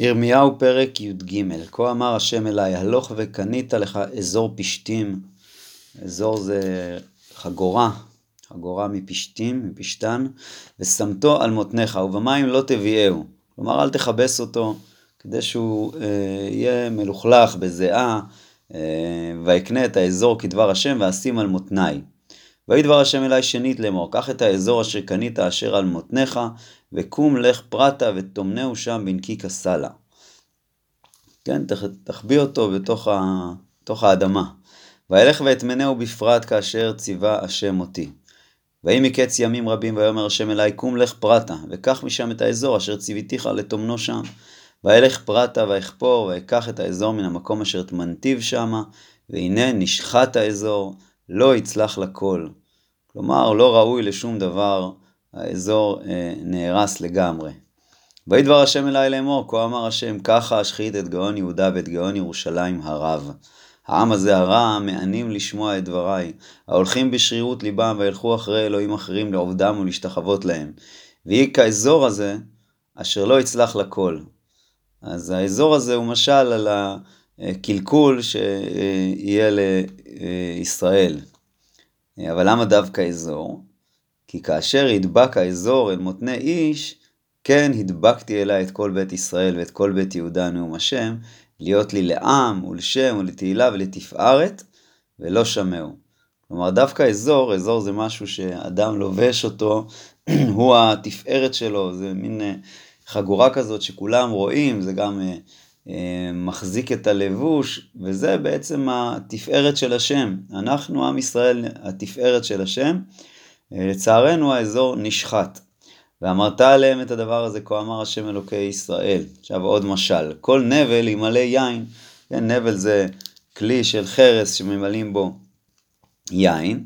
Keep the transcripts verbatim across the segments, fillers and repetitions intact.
ירמיהו פרק י"ג. כה אמר השם אליי, הלוך וקנית לך אזור פשתים. אזור זה חגורה, חגורה מפשתים, מפשתן, ושמתו על מותניך, ובמים לא תביאהו. כלומר, אל תחבס אותו, כדי שהוא אה, יהיה מלוכלך בזיעה, אה, ויקנה את האזור כדבר השם, ואשים על מותניי. ויהי דבר השם אליי שנית לאמור, קח את האזור אשר קנית אשר על מותניך, וקום לך פרטה ותומנהו שם בנקיק הסלע. כן, תחביא אותו בתוך, ה... בתוך האדמה. וילך ויטמנהו בפרט כאשר ציווה השם אותי. ויהי מקץ ימים רבים ויאמר השם אליי, קום לך פרטה, וקח משם את האזור אשר ציוויתיך לתומנו שם. וילך פרטה ויחפור, ויקח את האזור מן המקום אשר תמנתיו שמה, והנה נשחט האזור, לא יצלח לכל. כלומר, לא ראוי לשום דבר, האזור אה, נהרס לגמרי. ויהי דבר השם אליי לאמור, כה אמר השם, ככה אשחית את גאון יהודה ואת גאון ירושלים הרב. העם הזה הרע, מענים לשמוע את דבריי, ההולכים בשרירות ליבם וילכו אחרי אלוהים אחרים לעובדם ולהשתחוות להם. ויהי כאזור הזה, אשר לא יצלח לכל. אז האזור הזה הוא משל על הקלקול שיהיה לישראל. אבל למה דווקא אזור? כי כאשר ידבק האזור אל מותני איש, כן הדבקתי אליי את כל בית ישראל ואת כל בית יהודה נאום השם, להיות לי לעם ולשם ולתהילה ולתפארת, ולא שמעו. כלומר, דווקא אזור, אזור זה משהו שאדם לובש אותו, הוא התפארת שלו, זה מין חגורה כזאת שכולם רואים, זה גם מחזיק את הלבוש, וזה בעצם התפארת של השם. אנחנו, עם ישראל, התפארת של השם. לצערנו האזור נשחט. ואמרת עליהם את הדבר הזה, כה אמר השם אלוקי ישראל. עכשיו עוד משל, כל נבל ימלא יין. כן, נבל זה כלי של חרס שממלאים בו יין.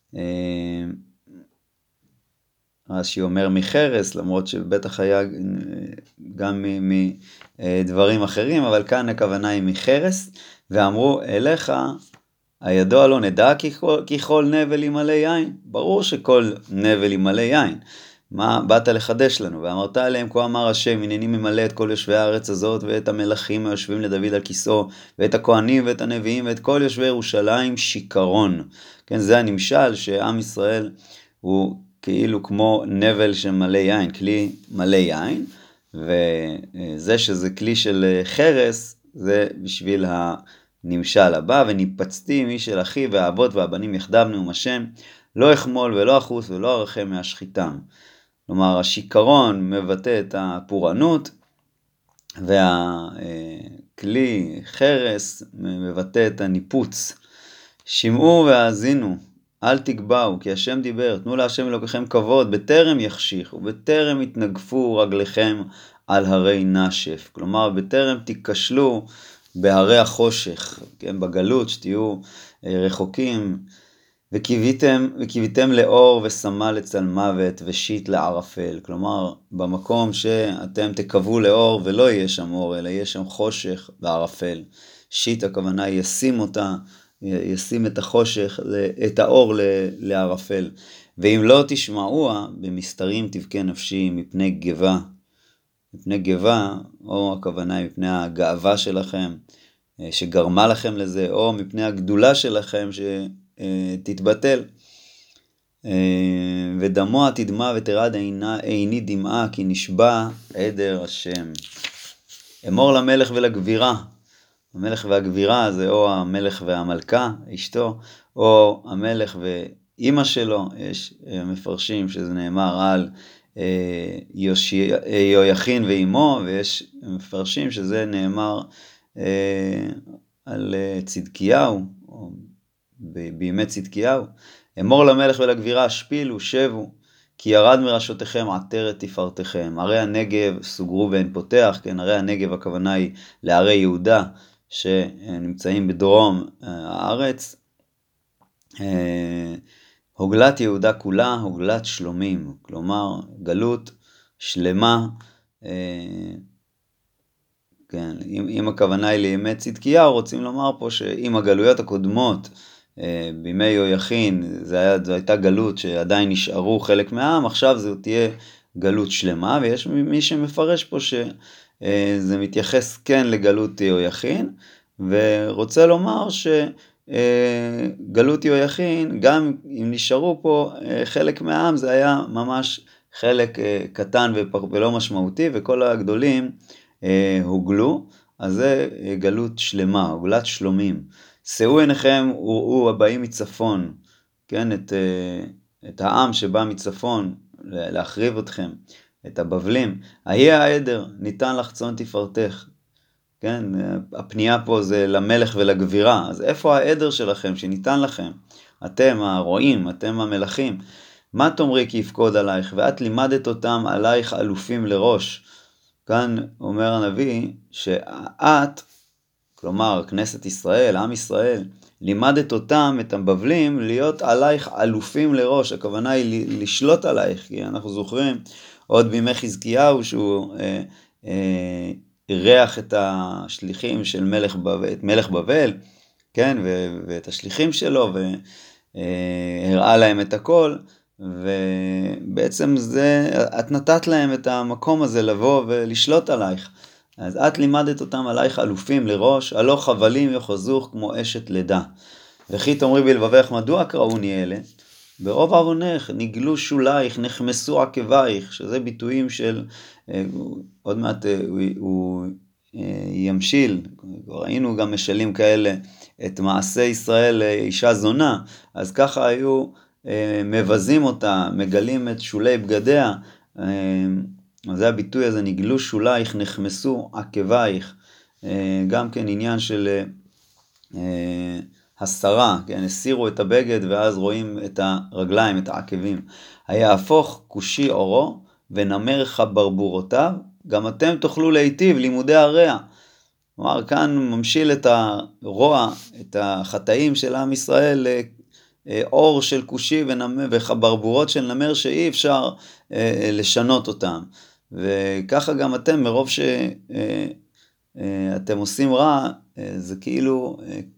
רש"י אומר מחרס, למרות שבטח היה גם מדברים אחרים, אבל כאן הכוונה היא מחרס, ואמרו אליך, הידוע לא נדע כי כל, כי כל נבל ימלא יין. ברור שכל נבל ימלא יין. מה באת לחדש לנו? ואמרת עליהם, כה אמר השם, הנני ממלא את כל יושבי הארץ הזאת, ואת המלכים היושבים לדוד על כיסאו, ואת הכהנים ואת הנביאים, ואת כל יושבי ירושלים שיכרון. כן, זה הנמשל שעם ישראל הוא כאילו כמו נבל שמלא יין, כלי מלא יין, וזה שזה כלי של חרס, זה בשביל הנמשל הבא, וניפצתי מי של אחי והאבות והבנים יחדיו נאום השם, לא אחמול ולא אחוס ולא ארחם מהשחיתם. כלומר, השיקרון מבטא את הפורענות, והכלי חרס מבטא את הניפוץ. שמעו והאזינו, אל תגבעו, כי השם דיבר, תנו להשם אלוקיכם כבוד, בטרם יחשיך, ובטרם יתנגפו רגליכם על הרי נשף. כלומר, בטרם תיכשלו בהרי החושך, כן, בגלות שתהיו רחוקים, וקיוויתם, וקיוויתם לאור ושמה לצל מוות ושיט לערפל. כלומר, במקום שאתם תקוו לאור ולא יהיה שם אור, אלא יהיה שם חושך וערפל. שיט הכוונה ישים אותה, ישים את החושך, את האור לערפל. ואם לא תשמעוה, במסתרים תבכה נפשי מפני גבה. מפני גבה, או הכוונה היא מפני הגאווה שלכם, שגרמה לכם לזה, או מפני הגדולה שלכם שתתבטל. ודמוע תדמה ותרד עיני דמעה, כי נשבע עדר השם. אמור למלך ולגבירה. המלך והגבירה זה או המלך והמלכה, אשתו, או המלך ואימא שלו. יש מפרשים שזה נאמר על יהויכין ואימו, ויש מפרשים שזה נאמר על צדקיהו, או בימי צדקיהו. אמור למלך ולגבירה, השפילו, שבו, כי ירד מראשותיכם עטרת תפארתכם. ערי הנגב סוגרו ואין פותח, כן, ערי הנגב הכוונה היא לערי יהודה, שנמצאים בדרום הארץ. הוגלת יהודה כולה, הוגלת שלומים, כלומר גלות שלמה. כן, אם, אם הכוונה היא לימי צדקיהו, רוצים לומר פה שאם הגלויות הקודמות, בימי יהויכין, זו הייתה גלות שעדיין נשארו חלק מהעם, עכשיו זו תהיה גלות שלמה, ויש מי שמפרש פה זה מתייחס כן לגלות יהויכין, ורוצה לומר שגלות יהויכין, גם אם נשארו פה חלק מהעם, זה היה ממש חלק קטן ולא משמעותי, וכל הגדולים הוגלו, אז זה גלות שלמה, גלת שלומים. שאו עיניכם וראו הבאים מצפון, כן, את, את העם שבא מצפון להחריב אתכם, את הבבלים. היה העדר, ניתן לך צאן תפארתך. כן, הפנייה פה זה למלך ולגבירה. אז איפה העדר שלכם שניתן לכם? אתם הרועים, אתם המלכים. מה תאמרי כי יפקוד עלייך? ואת לימדת אותם עלייך אלופים לראש. כאן אומר הנביא שאת, כלומר כנסת ישראל, עם ישראל, לימדת אותם, את הבבלים, להיות עלייך אלופים לראש. הכוונה היא לשלוט עלייך, כי אנחנו זוכרים עוד בימי חזקיהו שהוא אה, אה, אירח את השליחים של מלך בבל, את מלך בבל, כן, ו- ואת השליחים שלו, והראה להם את הכל, ובעצם זה, את נתת להם את המקום הזה לבוא ולשלוט עלייך. אז את לימדת אותם עלייך אלופים לראש, הלא חבלים יחוזוך כמו אשת לידה. וכי תאמרי בלבבך, מדוע קראוני אלה? ברוב עוונך, נגלו שולייך, נחמסו עקבייך, שזה ביטויים של, עוד מעט הוא, הוא ימשיל, ראינו גם משלים כאלה, את מעשה ישראל לאישה זונה, אז ככה היו מבזים אותה, מגלים את שולי בגדיה, זה הביטוי הזה, נגלו שולייך, נחמסו עקבייך, גם כן עניין של הסרה, כן, הסירו את הבגד ואז רואים את הרגליים, את העקבים. היהפוך כושי אורו ונמר חברבורותיו, גם אתם תוכלו להיטיב לימודי הרע. כלומר, כאן ממשיל את הרוע, את החטאים של עם ישראל, אור של כושי וחברבורות של נמר שאי אפשר לשנות אותם. וככה גם אתם, מרוב שאתם עושים רע, זה כאילו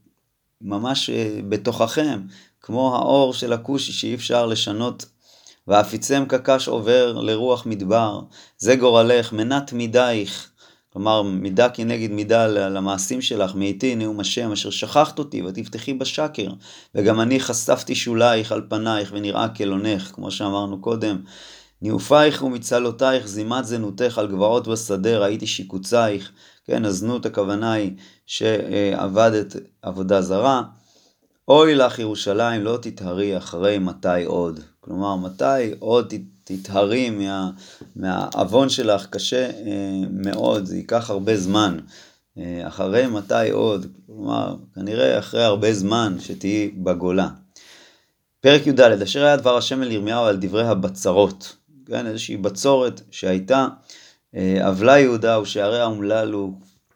ממש בתוככם, כמו האור של הכושי שאי אפשר לשנות. ואפיצם כקש עובר לרוח מדבר, זה גורלך, מנת מידייך, כלומר מידה כנגד מידה למעשים שלך, מאיתי נאום השם אשר שכחת אותי ותפתחי בשקר, וגם אני חשפתי שולייך על פנייך ונראה כלונך, כמו שאמרנו קודם, ניאופייך ומצלותייך זימת זנותך על גבעות בשדה, ראיתי שיקוצייך, כן, הזנות הכוונה היא שעבדת עבודה זרה, אוי לך ירושלים לא תתהרי אחרי מתי עוד, כלומר מתי עוד תתהרי מה, מהאבון שלך, קשה אה, מאוד, זה ייקח הרבה זמן, אה, אחרי מתי עוד, כלומר כנראה אחרי הרבה זמן שתהי בגולה. פרק י"ד, אשר היה דבר השם אל ירמיהו על דברי הבצרות, כן, איזושהי בצורת שהייתה, אבלה יהודה ושעריה אומללו,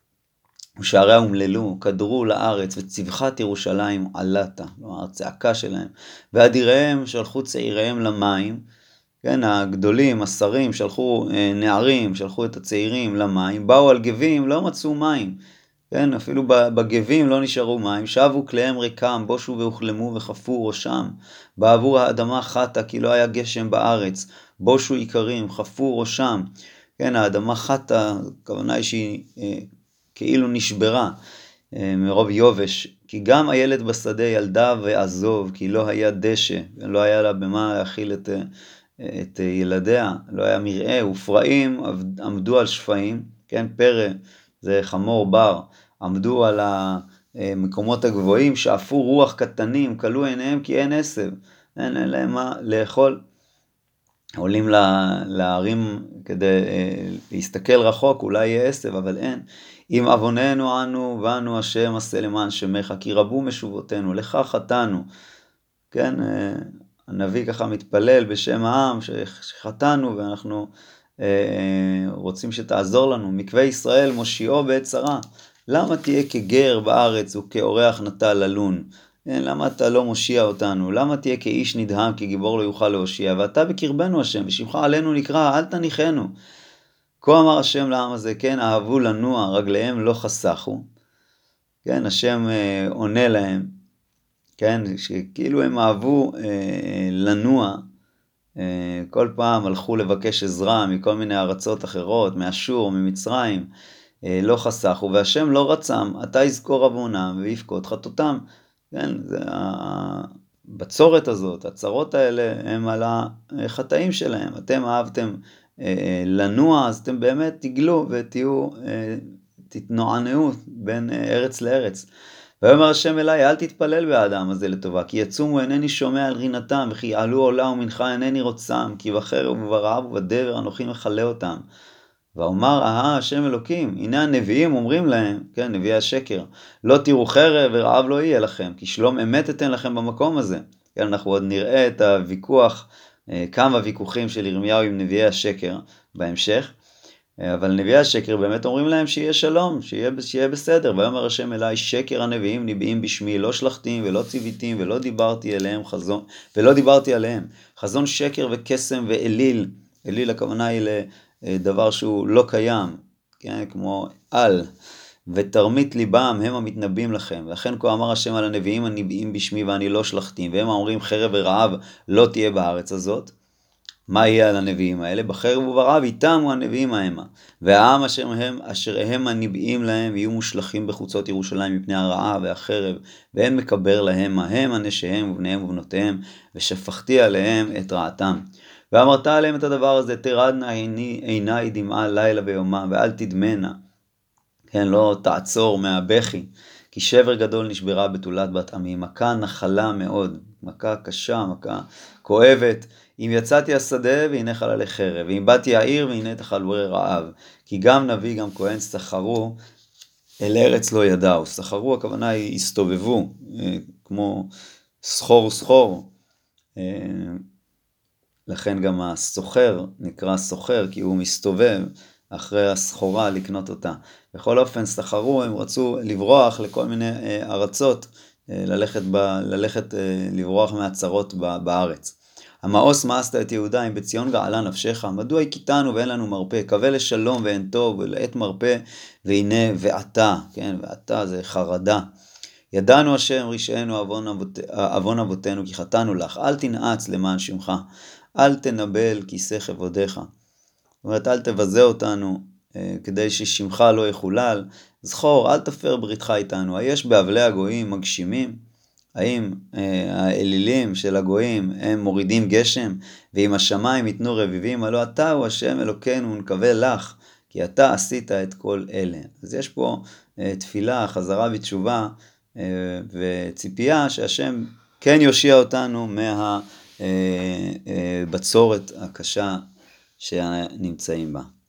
ושעריה אומללו, כדרו לארץ, וצבחת ירושלים עלתה, כלומר הצעקה שלהם, ואדיריהם שלחו צעיריהם למים, כן, הגדולים, השרים, שלחו נערים, שלחו את הצעירים למים, באו על גבים, לא מצאו מים, כן, אפילו בגבים לא נשארו מים, שבו כליהם ריקם, בושו והוחלמו וחפו ראשם, בעבור האדמה חטה, כי לא היה גשם בארץ, בושו עיקרים, חפו ראשם, כן, האדמה חטה, הכוונה היא שהיא אה, כאילו נשברה אה, מרוב יובש, כי גם הילד בשדה ילדה ועזוב, כי לא היה דשא, לא היה לה במה להאכיל את, את ילדיה, לא היה מרעה, ופרעים עמדו על שפעים, כן, פרא, זה חמור בר, עמדו על המקומות הגבוהים, שאפו רוח קטנים, קלו עיניהם כי אין עשב, אין, אין להם מה לאכול, עולים להרים כדי להסתכל רחוק, אולי יהיה עשב, אבל אין. אם אבוננו אנו ואנו השם עשה למען שמך, כי רבו משובותינו, לך חטאנו. כן, הנביא ככה מתפלל בשם העם שחטאנו, ואנחנו רוצים שתעזור לנו. מקווה ישראל מושיעו בעת צרה. למה תהיה כגר בארץ וכאורח נטה ללון? למה אתה לא מושיע אותנו? למה תהיה כאיש נדהם, כי גיבור לא יוכל להושיע? ואתה בקרבנו השם, ושמך עלינו נקרא, אל תניחנו. כה אמר השם לעם הזה, כן, אהבו לנוע, רגליהם לא חסכו. כן, השם אה, עונה להם, כן, שכאילו הם אהבו אה, לנוע, כל פעם הלכו לבקש עזרה מכל מיני ארצות אחרות, מאשור, ממצרים, לא חסכו, והשם לא רצם, אתה יזכור עוונם ויפקוד חטאותם. כן, זה הבצורת הזאת, הצרות האלה הם על החטאים שלהם. אתם אהבתם לנוע, אז אתם באמת תגלו ותהיו, תתנוענעו בין ארץ לארץ. ואומר השם אליי, אל תתפלל באדם הזה לטובה, כי יצומו אינני שומע על רינתם, וכי יעלו עולה ומנחה אינני רוצם, כי בחרב וברעב ובדבר אנוכי מכלה אותם. ואומר, אהה, השם אלוקים, הנה הנביאים אומרים להם, כן, נביאי השקר, לא תראו חרב ורעב לא יהיה לכם, כי שלום אמת אתן לכם במקום הזה. כן, אנחנו עוד נראה את הוויכוח, כמה ויכוחים של ירמיהו עם נביאי השקר בהמשך, אבל נביאי השקר באמת אומרים להם שיהיה שלום, שיהיה, שיהיה בסדר. ויאמר השם אליי, שקר הנביאים ניבאים בשמי, לא שלחתים ולא ציוויתים ולא דיברתי עליהם חזון, ולא דיברתי עליהם. חזון שקר וקסם ואליל, אליל הכוונה היא לדבר שהוא לא קיים, כן, כמו על, ותרמית ליבם הם המתנבאים לכם. ולכן כה אמר השם על הנביאים הניבאים בשמי ואני לא שלחתים, והם אומרים חרב ורעב לא תהיה בארץ הזאת. מה יהיה על הנביאים האלה? בחרב וברעב איתם הנביאים המה. והעם אשר הם, אשר הם הנביאים להם יהיו מושלכים בחוצות ירושלים מפני הרעב והחרב, ואין מקבר להם מהם אנשיהם ובניהם ובנותיהם, ושפכתי עליהם את רעתם. ואמרת עליהם את הדבר הזה, תרדנה עיני, עיני דמעה לילה ויומם, ואל תדמנה. כן, לא תעצור מהבכי, כי שבר גדול נשברה בתולת בת עמי, מכה נחלה מאוד, מכה קשה, מכה כואבת. אם יצאתי השדה והנה חללי חרב, ואם באתי העיר והנה תחלורי רעב, כי גם נביא גם כהן סחרו אל ארץ לא ידעו. סחרו הכוונה היא הסתובבו, כמו סחור סחור, לכן גם הסוחר נקרא סוחר, כי הוא מסתובב אחרי הסחורה לקנות אותה. בכל אופן סחרו, הם רצו לברוח לכל מיני ארצות, ללכת, ב, ללכת לברוח מהצרות בארץ. המאוס מאסת את יהודה, אם בציון גאלה נפשך, מדוע הכיתנו ואין לנו מרפא, קווה לשלום ואין טוב, ולעת מרפא, והנה ועתה, כן, ועתה זה חרדה. ידענו השם רשענו אבון, אבות, אבון אבותינו, כי חטאנו לך, אל תנעץ למען שמך, אל תנבל כיסא כבודיך. זאת אומרת, אל תבזה אותנו, כדי ששמך לא יחולל. זכור, אל תפר בריתך איתנו, היש באבלי הגויים מגשימים, האם האלילים של הגויים הם מורידים גשם, ואם השמיים ייתנו רביבים, הלא אתה הוא השם אלוקינו ונקווה לך, כי אתה עשית את כל אלה. אז יש פה תפילה, חזרה בתשובה, וציפייה שהשם כן יושיע אותנו מהבצורת הקשה שנמצאים בה.